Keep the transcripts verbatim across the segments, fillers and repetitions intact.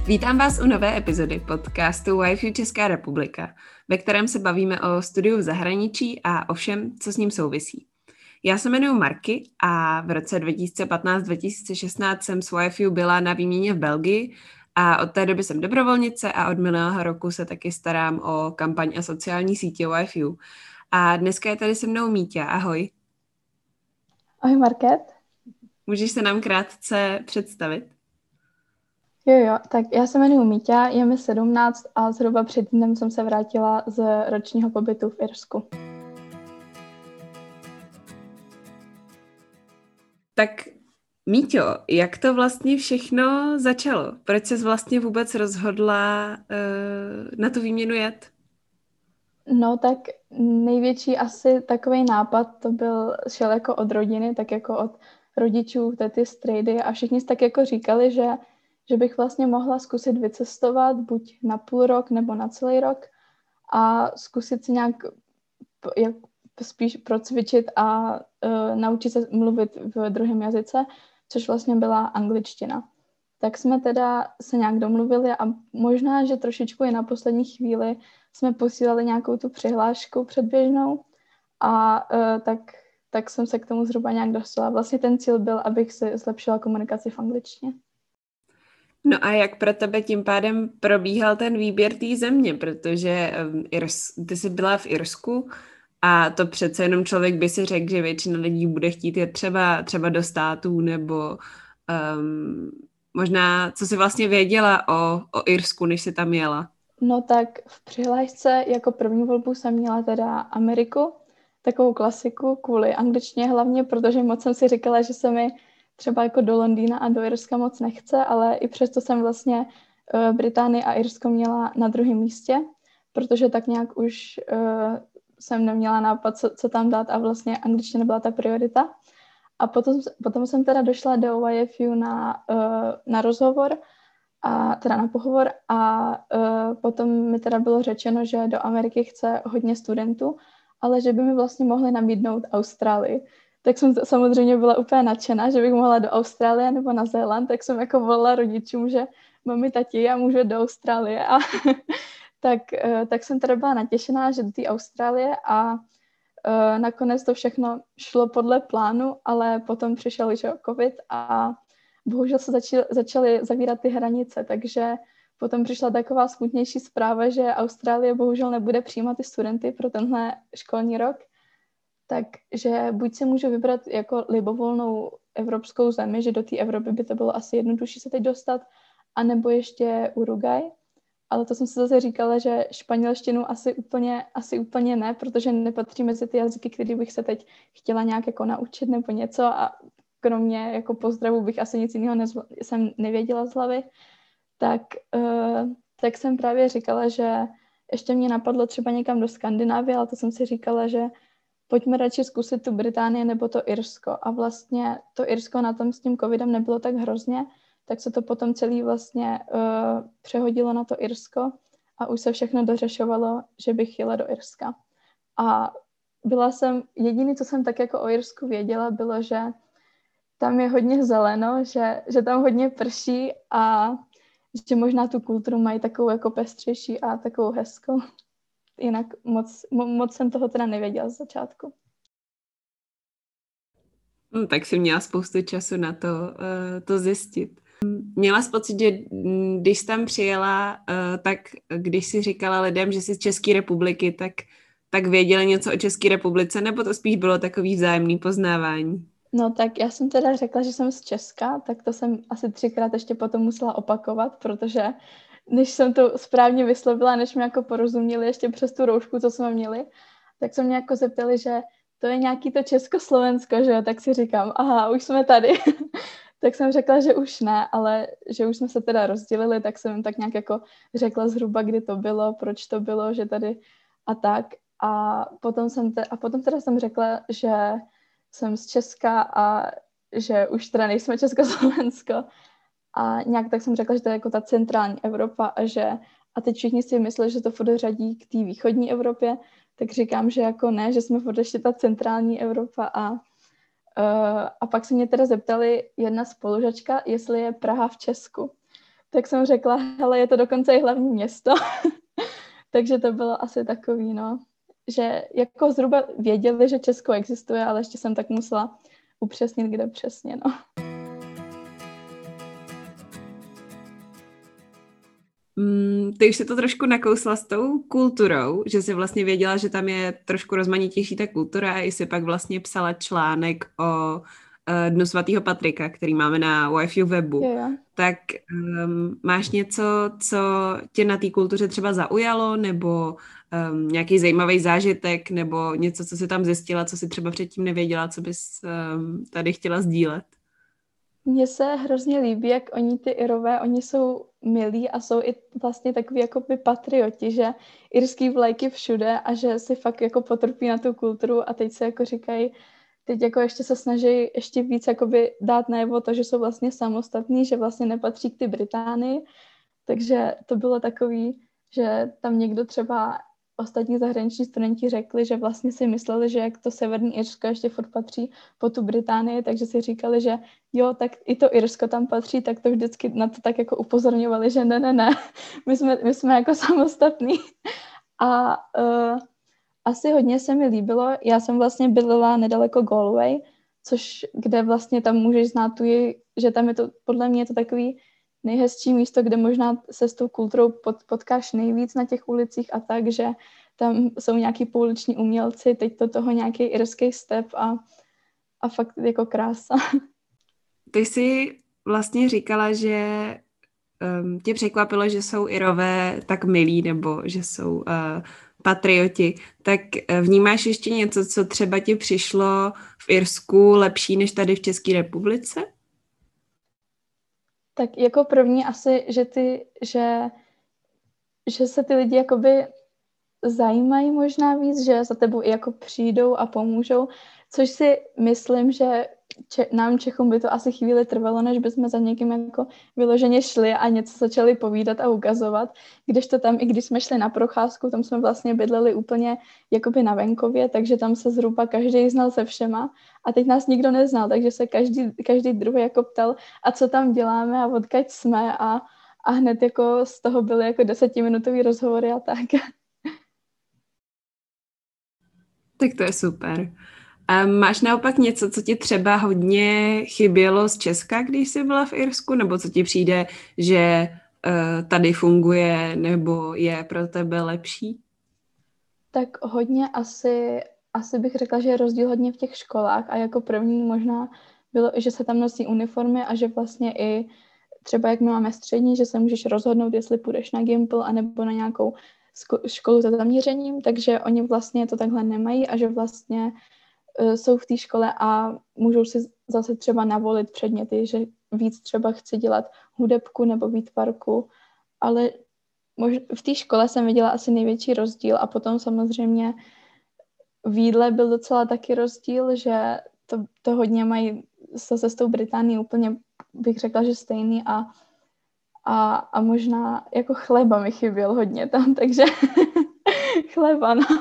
Vítám vás u nové epizody podcastu Y F U Česká republika, ve kterém se bavíme o studiu v zahraničí a o všem, co s ním souvisí. Já se jmenuji Marky a v roce dva tisíce patnáct dva tisíce šestnáct jsem s Y F U byla na výměně v Belgii a od té doby jsem dobrovolnice a od minulého roku se taky starám o kampaň a sociální sítě Y F U. A dneska je tady se mnou Míťa. Ahoj. Ahoj Market. Můžeš se nám krátce představit? Jo, jo, tak já se jmenuji Míťa, je mi sedmnáct a zhruba před týdnem jsem se vrátila z ročního pobytu v Irsku. Tak Míťo, jak to vlastně všechno začalo? Proč ses vlastně vůbec rozhodla uh, na tu výměnu jet? No tak největší asi takový nápad to byl, šel jako od rodiny, tak jako od rodičů, tety, strejdy a všichni tak jako říkali, že, že bych vlastně mohla zkusit vycestovat buď na půl rok nebo na celý rok a zkusit si nějak jak spíš procvičit a uh, naučit se mluvit v druhém jazyce, což vlastně byla angličtina. Tak jsme teda se nějak domluvili a možná, že trošičku i na poslední chvíli jsme posílali nějakou tu přihlášku předběžnou a uh, tak, tak jsem se k tomu zhruba nějak dostala. Vlastně ten cíl byl, abych si zlepšila komunikaci v angličtině. No a jak pro tebe tím pádem probíhal ten výběr té země, protože um, Irs, ty jsi byla v Irsku a to přece jenom člověk by si řekl, že většina lidí bude chtít jít třeba, třeba do států nebo um, možná, co jsi vlastně věděla o, o Irsku, než jsi tam jela? No tak v přihlášce jako první volbu jsem měla teda Ameriku, takovou klasiku kvůli angličtině hlavně, protože moc jsem si říkala, že se mi třeba jako do Londýna a do Irska moc nechce, ale i přesto jsem vlastně uh, Británii a Irsko měla na druhém místě, protože tak nějak už uh, jsem neměla nápad, co, co tam dát a vlastně angličtina byla ta priorita. A potom, potom jsem teda došla do Y F U na, uh, na rozhovor, a teda na pohovor a uh, potom mi teda bylo řečeno, že do Ameriky chce hodně studentů, ale že by mi vlastně mohli nabídnout Austrálii. Tak jsem samozřejmě byla úplně nadšená, že bych mohla do Austrálie nebo na Zéland, tak jsem jako volala rodičům, že mami, tati, já můžu do Austrálie. A tak, uh, tak jsem teda byla natěšená, že do té Austrálie a uh, nakonec to všechno šlo podle plánu, ale potom přišel že covid a bohužel se začali, začaly zavírat ty hranice, takže potom přišla taková smutnější zpráva, že Austrálie bohužel nebude přijímat ty studenty pro tenhle školní rok, takže buď si můžu vybrat jako libovolnou evropskou zemi, že do té Evropy by to bylo asi jednodušší se teď dostat, anebo ještě Uruguay, ale to jsem si zase říkala, že španělštinu asi úplně, asi úplně ne, protože nepatří mezi ty jazyky, které bych se teď chtěla nějak jako naučit nebo něco a kromě jako pozdravu bych asi nic jiného nezv- jsem nevěděla z hlavy, tak, uh, tak jsem právě říkala, že ještě mě napadlo třeba někam do Skandinávie, ale to jsem si říkala, že pojďme radši zkusit tu Británii nebo to Irsko. A vlastně to Irsko na tom s tím covidem nebylo tak hrozně, tak se to potom celý vlastně uh, přehodilo na to Irsko a už se všechno dořešovalo, že bych jela do Irska. A byla jsem, jediný, co jsem tak jako o Irsku věděla, bylo, že tam je hodně zeleno, že, že tam hodně prší a že možná tu kulturu mají takovou jako pestřejší a takovou hezkou. Jinak moc, mo, moc jsem toho teda nevěděla z začátku. No, tak jsi měla spoustu času na to, uh, to zjistit. Měla jsi pocit, že když jsi tam přijela, uh, tak když jsi říkala lidem, že jsi z České republiky, tak, tak věděli něco o České republice, nebo to spíš bylo takový vzájemný poznávání? No tak já jsem teda řekla, že jsem z Česka, tak to jsem asi třikrát ještě potom musela opakovat, protože než jsem to správně vyslovila, než mi jako porozuměli ještě přes tu roušku, co jsme měli, tak se mě jako zeptali, že to je nějaký to Československo, že jo, tak si říkám, aha, už jsme tady. Tak jsem řekla, že už ne, ale že už jsme se teda rozdělili, tak jsem jim tak nějak jako řekla zhruba, kdy to bylo, proč to bylo, že tady a tak. A potom, jsem te- a potom teda jsem řekla, že jsem z Česka a že už teda nejsme Československo. A nějak tak jsem řekla, že to je jako ta centrální Evropa a že a teď všichni si mysleli, že to furt řadí k té východní Evropě, tak říkám, že jako ne, že jsme furt ještě ta centrální Evropa a, uh, a pak se mě teda zeptali jedna spolužačka, jestli je Praha v Česku. tak jsem řekla, hele, je to dokonce i hlavní město. Takže to bylo asi takový, no, že jako zhruba věděli, že Česko existuje, ale ještě jsem tak musela upřesnit, kde přesně, no. Mm, ty už si to trošku nakousla s tou kulturou, že jsi vlastně věděla, že tam je trošku rozmanitější ta kultura a i si pak vlastně psala článek o uh, Dnu svatého Patrika, který máme na Y F U webu. Jo, jo. Tak um, máš něco, co tě na té kultuře třeba zaujalo, nebo um, nějaký zajímavý zážitek, nebo něco, co jsi tam zjistila, co jsi třeba předtím nevěděla, co bys um, tady chtěla sdílet? Mně se hrozně líbí, jak oni ty Irové, oni jsou milí a jsou i vlastně takový jakoby patrioti, že irský vlajky všude a že si fakt jako potrpí na tu kulturu a teď se jako říkají, teď jako ještě se snaží ještě víc jakoby dát najevo to, že jsou vlastně samostatní, že vlastně nepatří k ty Británii, takže to bylo takový, že tam někdo třeba ostatní zahraniční studenti řekli, že vlastně si mysleli, že jak to Severní Irsko ještě furt patří po tu Británii, takže si říkali, že jo, tak i to Irsko tam patří, tak to vždycky na to tak jako upozorňovali, že ne, ne, ne, my jsme, my jsme jako samostatní. A uh, asi hodně se mi líbilo, já jsem vlastně bydlela nedaleko Galway, což kde vlastně tam můžeš znát tu, že tam je to, podle mě je to takový nejhezčí místo, kde možná se s tou kulturou pot, potkáš nejvíc na těch ulicích a tak, že tam jsou nějaký pouliční umělci, teď to toho nějaký irský step a, a fakt jako krása. Ty jsi vlastně říkala, že um, tě překvapilo, že jsou Irové tak milí, nebo že jsou uh, patrioti, tak uh, vnímáš ještě něco, co třeba ti přišlo v Irsku lepší než tady v České republice? Tak jako první asi, že ty, že, že se ty lidi jakoby zajímají možná víc, že za tebou i jako přijdou a pomůžou, což si myslím, že če- nám Čechům by to asi chvíli trvalo, než bychom za někým jako vyloženě šli a něco začali povídat a ukazovat, když to tam, i když jsme šli na procházku, tam jsme vlastně bydleli úplně jakoby na venkově, takže tam se zhruba každý znal se všema a teď nás nikdo neznal, takže se každý, každý druhý jako ptal, a co tam děláme a odkud jsme a, a hned jako z toho byly jako desetiminutový rozhovory a tak. Tak to je super. A máš naopak něco, co ti třeba hodně chybělo z Česka, když jsi byla v Irsku, nebo co ti přijde, že uh, tady funguje, nebo je pro tebe lepší? Tak hodně asi, asi bych řekla, že je rozdíl hodně v těch školách a jako první možná bylo, že se tam nosí uniformy a že vlastně i třeba jak my máme střední, že se můžeš rozhodnout, jestli půjdeš na Gimple anebo na nějakou školu za zaměřením, takže oni vlastně to takhle nemají a že vlastně uh, jsou v té škole a můžou si zase třeba navolit předměty, že víc třeba chci dělat hudebku nebo výtvarku, ale mož- v té škole jsem viděla asi největší rozdíl a potom samozřejmě v jídle byl docela taky rozdíl, že to, to hodně mají se s tou Británií úplně, bych řekla, že stejný a A, a možná jako chleba mi chyběl hodně tam, takže chleba, no.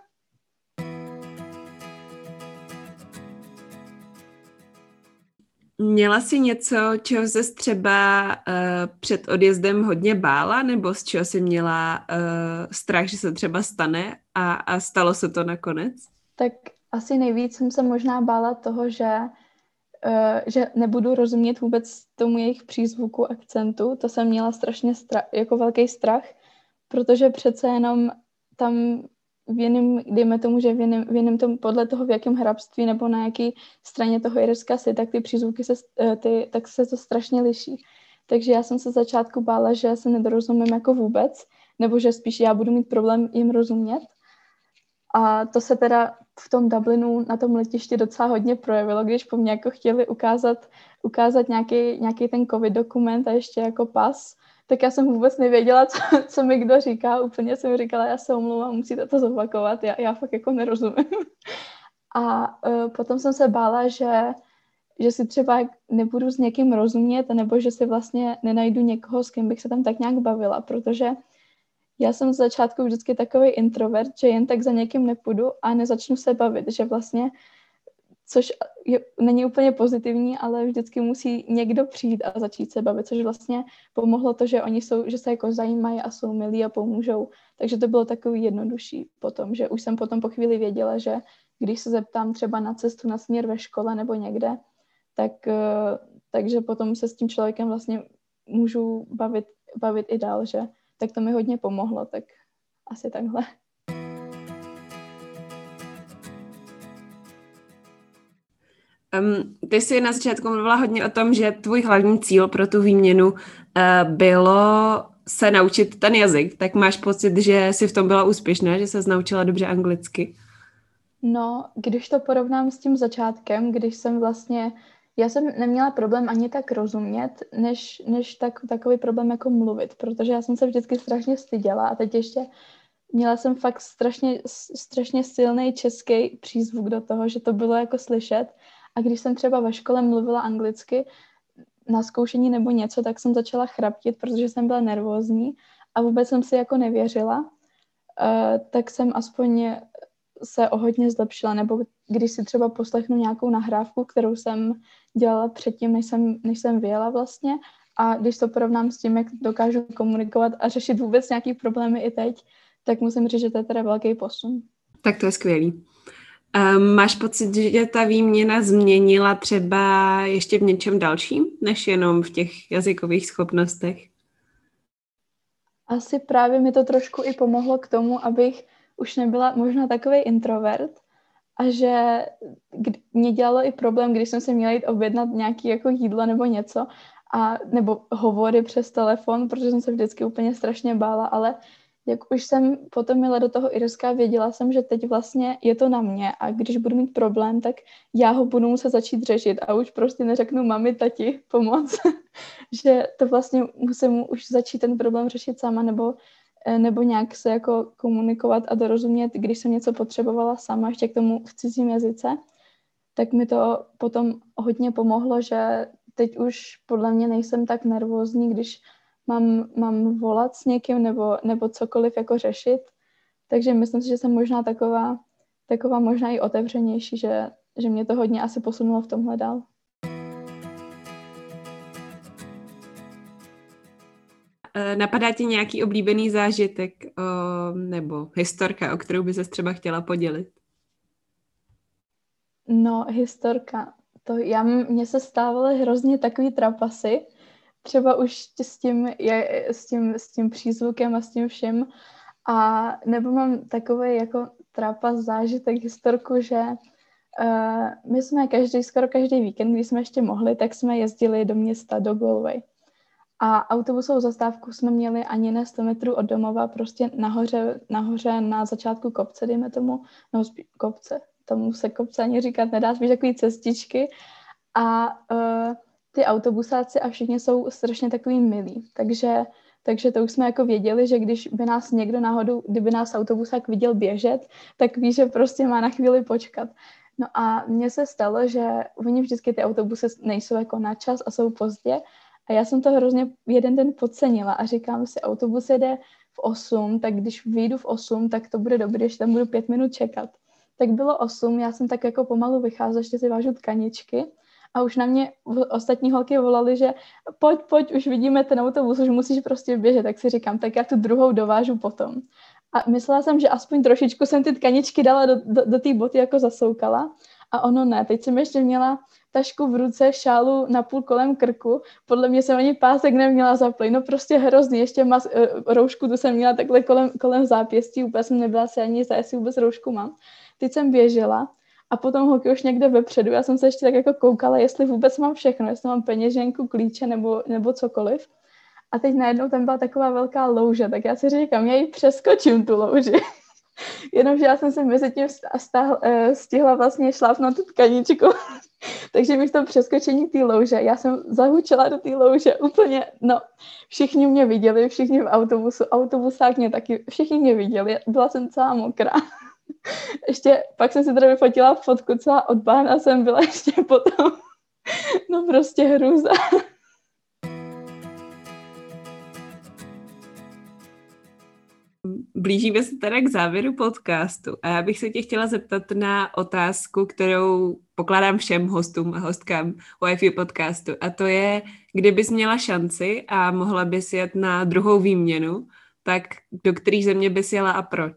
Měla jsi něco, čeho jsi třeba uh, před odjezdem hodně bála, nebo z čeho jsi měla uh, strach, že se třeba stane a, a stalo se to nakonec? Tak asi nejvíc jsem se možná bála toho, že, uh, že nebudu rozumět vůbec tomu jejich přízvuku, akcentu. To jsem měla strašně stra- jako velký strach, protože přece jenom tam v jiném, dejme tomu, že v jiném, v jiném tom, podle toho, v jakém hrabství nebo na jaký straně toho Irska si, tak ty přízvuky se, ty, tak se to strašně liší. Takže já jsem se začátku bála, že se nedorozumím jako vůbec, nebo že spíš já budu mít problém jim rozumět. A to se teda v tom Dublinu na tom letišti docela hodně projevilo, když po mně jako chtěli ukázat, ukázat nějaký, nějaký ten covid dokument a ještě jako pas, tak já jsem vůbec nevěděla, co, co mi kdo říká. Úplně jsem říkala, já se omlouvám, musíte to zopakovat, já, já fakt jako nerozumím. A uh, potom jsem se bála, že, že si třeba nebudu s někým rozumět, nebo že si vlastně nenajdu někoho, s kým bych se tam tak nějak bavila, protože já jsem z začátku vždycky takový introvert, že jen tak za někým nepůjdu a nezačnu se bavit, že vlastně což je, není úplně pozitivní, ale vždycky musí někdo přijít a začít se bavit, což vlastně pomohlo to, že oni jsou, že se jako zajímají a jsou milí a pomůžou. Takže to bylo takový jednodušší potom, že už jsem potom po chvíli věděla, že když se zeptám třeba na cestu na směr ve škole nebo někde, tak, takže potom se s tím člověkem vlastně můžu bavit, bavit i dál, že tak to mi hodně pomohlo, tak asi takhle. Um, ty jsi na začátku mluvila hodně o tom, že tvůj hlavní cíl pro tu výměnu uh, bylo se naučit ten jazyk. Tak máš pocit, že jsi v tom byla úspěšná, že ses naučila dobře anglicky? No, když to porovnám s tím začátkem, když jsem vlastně, já jsem neměla problém ani tak rozumět, než, než tak, takový problém jako mluvit, protože já jsem se vždycky strašně styděla a teď ještě měla jsem fakt strašně, strašně silný český přízvuk do toho, že to bylo jako slyšet. A když jsem třeba ve škole mluvila anglicky na zkoušení nebo něco, tak jsem začala chraptit, protože jsem byla nervózní a vůbec jsem si jako nevěřila. Uh, tak jsem aspoň se o hodně zlepšila, nebo když si třeba poslechnu nějakou nahrávku, kterou jsem dělala předtím, než jsem, než jsem vyjela vlastně, a když to porovnám s tím, jak dokážu komunikovat a řešit vůbec nějaký problémy i teď, tak musím říct, že to je teda velký posun. Tak to je skvělý. Um, máš pocit, že ta výměna změnila třeba ještě v něčem dalším, než jenom v těch jazykových schopnostech? Asi právě mi to trošku i pomohlo k tomu, abych už nebyla možná takový introvert a že mě dělalo i problém, když jsem si měla jít objednat nějaké jako jídlo nebo něco, a, nebo hovory přes telefon, protože jsem se vždycky úplně strašně bála, ale jak už jsem potom jela do toho Irska, věděla jsem, že teď vlastně je to na mě a když budu mít problém, tak já ho budu muset začít řešit a už prostě neřeknu mami, tati, pomoc, že to vlastně musím už začít ten problém řešit sama nebo, nebo nějak se jako komunikovat a dorozumět, když jsem něco potřebovala sama, ještě k tomu v cizím jazyce, tak mi to potom hodně pomohlo, že teď už podle mě nejsem tak nervózní, když Mám, mám volat s někým nebo, nebo cokoliv jako řešit. Takže myslím si, že jsem možná taková, taková možná i otevřenější, že, že mě to hodně asi posunulo v tomhle dál. Napadá ti nějaký oblíbený zážitek o, nebo historka, o kterou by ses třeba chtěla podělit? No, historka. To já, mně se stávaly hrozně takový trapasy, třeba už s tím, je, s, tím, s tím přízvukem a s tím vším. A nebo mám takový jako trapas zážitek, historku, že uh, my jsme každý, skoro každý víkend, když jsme ještě mohli, tak jsme jezdili do města, do Galway. A autobusovou zastávku jsme měli ani ne sto metrů od domova, prostě nahoře, nahoře na začátku kopce, dejme tomu, no spíš kopce, tomu se kopce ani říkat nedá, spíš takový cestičky. A uh, ty autobusáci a všichni jsou strašně takový milí, takže, takže to už jsme jako věděli, že když by nás někdo náhodou, kdyby nás autobusák viděl běžet, tak ví, že prostě má na chvíli počkat. No a mně se stalo, že oni vždycky ty autobusy nejsou jako na čas a jsou pozdě a já jsem to hrozně jeden den podcenila a říkám si, autobus jede v osm, tak když vyjdu v osm, tak to bude dobré, že tam budu pět minut čekat. Tak bylo osm, já jsem tak jako pomalu vycházela, ještě si vážu tkaničky. A už na mě ostatní holky volali, že pojď, pojď, už vidíme ten autobus, už musíš prostě běžet. Tak si říkám, tak já tu druhou dovážu potom. A myslela jsem, že aspoň trošičku jsem ty tkaničky dala do, do, do té boty jako zasoukala. A ono ne. Teď jsem ještě měla tašku v ruce, šálu napůl kolem krku. Podle mě jsem ani pásek neměla zaplej. No prostě hrozný. Ještě mas, roušku tu jsem měla takhle kolem, kolem zápěstí. Úplně jsem nebyla si ani jistá, jestli vůbec roušku mám. Teď jsem běžela. A potom holky už někde vepředu. Já jsem se ještě tak jako koukala, jestli vůbec mám všechno, jestli mám peněženku, klíče nebo, nebo cokoliv. A teď najednou tam byla taková velká louže, tak já si říkám, já ji přeskočím tu louži. Jenomže já jsem se mezi tím stáhl, stihla vlastně šlápnout tu tkaničku. Takže místo přeskočení té louže, já jsem zahučela do té louže úplně, no, všichni mě viděli, všichni v autobusu, autobusák mě taky, všichni mě viděli, byla jsem celá mokrá. Ještě pak jsem si teda vyfotila fotku, celá odbáhna jsem byla ještě potom. No prostě hrůza. Blížíme se teda k závěru podcastu a já bych se tě chtěla zeptat na otázku, kterou pokládám všem hostům a hostkám Wi-Fi podcastu, a to je, kdybys měla šanci a mohla bys jet na druhou výměnu, tak do které země bys jela a proč?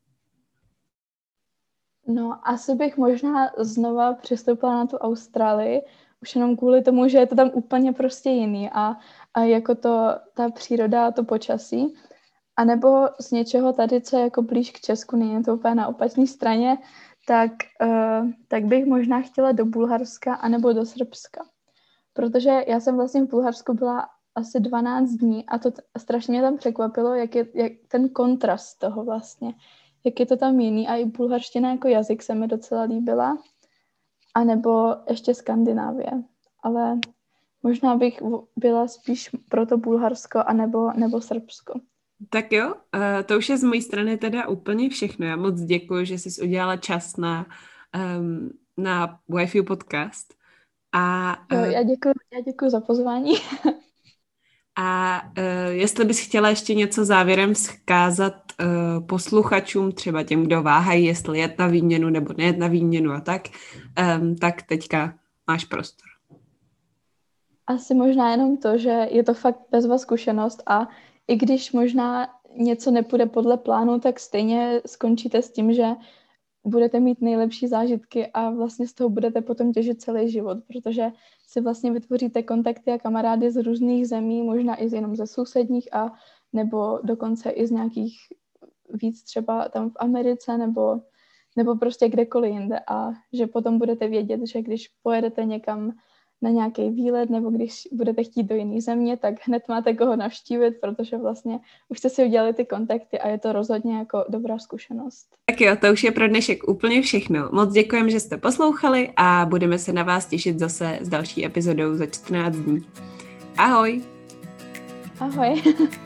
No, asi bych možná znova přistoupila na tu Austrálii, už jenom kvůli tomu, že je to tam úplně prostě jiný a, a jako to, ta příroda a to počasí. A nebo z něčeho tady, co je jako blíž k Česku, není to úplně na opačné straně, tak, uh, tak bych možná chtěla do Bulharska anebo do Srbska. Protože já jsem vlastně v Bulharsku byla asi dvanáct dní a to t- strašně mě tam překvapilo, jak je jak ten kontrast toho vlastně, jak je to tam jiný a i bulharština jako jazyk se mi docela líbila. A nebo ještě Skandinávie. Ale možná bych byla spíš pro to Bulharsko anebo, nebo Srbsko. Tak jo, to už je z mojí strany teda úplně všechno. Já moc děkuji, že jsi udělala čas na, um, na Wi-Fi podcast. A, Jo, já děkuji, já děkuji za pozvání. A uh, jestli bys chtěla ještě něco závěrem vzkázat uh, posluchačům, třeba těm, kdo váhají, jestli jet na výměnu nebo nejet na výměnu a tak, um, tak teďka máš prostor. Asi možná jenom to, že je to fakt bezva zkušenost a i když možná něco nepůjde podle plánu, tak stejně skončíte s tím, že budete mít nejlepší zážitky a vlastně z toho budete potom těžit celý život, protože si vlastně vytvoříte kontakty a kamarády z různých zemí, možná i jenom ze sousedních a nebo dokonce i z nějakých víc třeba tam v Americe nebo, nebo prostě kdekoliv jinde a že potom budete vědět, že když pojedete někam na nějaký výlet nebo když budete chtít do jiné země, tak hned máte koho navštívit, protože vlastně už jste si udělali ty kontakty a je to rozhodně jako dobrá zkušenost. Tak jo, to už je pro dnešek úplně všechno. Moc děkujeme, že jste poslouchali a budeme se na vás těšit zase s další epizodou za čtrnáct dní. Ahoj! Ahoj!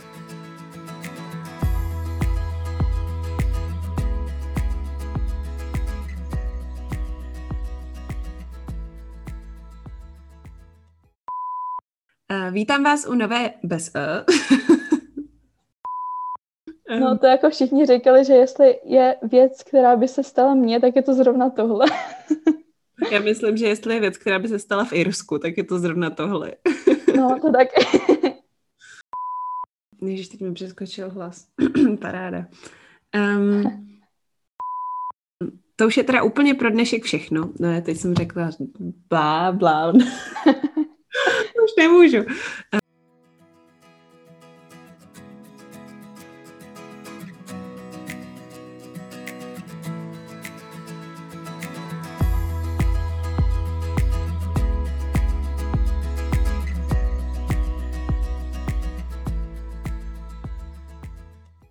Uh, vítám vás u nové bez E. No to jako všichni říkali, že jestli je věc, která by se stala mně, tak je to zrovna tohle. Já myslím, že jestli je věc, která by se stala v Irsku, tak je to zrovna tohle. No to tak. Ježiš, teď mi přeskočil hlas. Paráda. Um, to už je teda úplně pro dnešek všechno. No, teď jsem řekla blá, blá. Už nemůžu.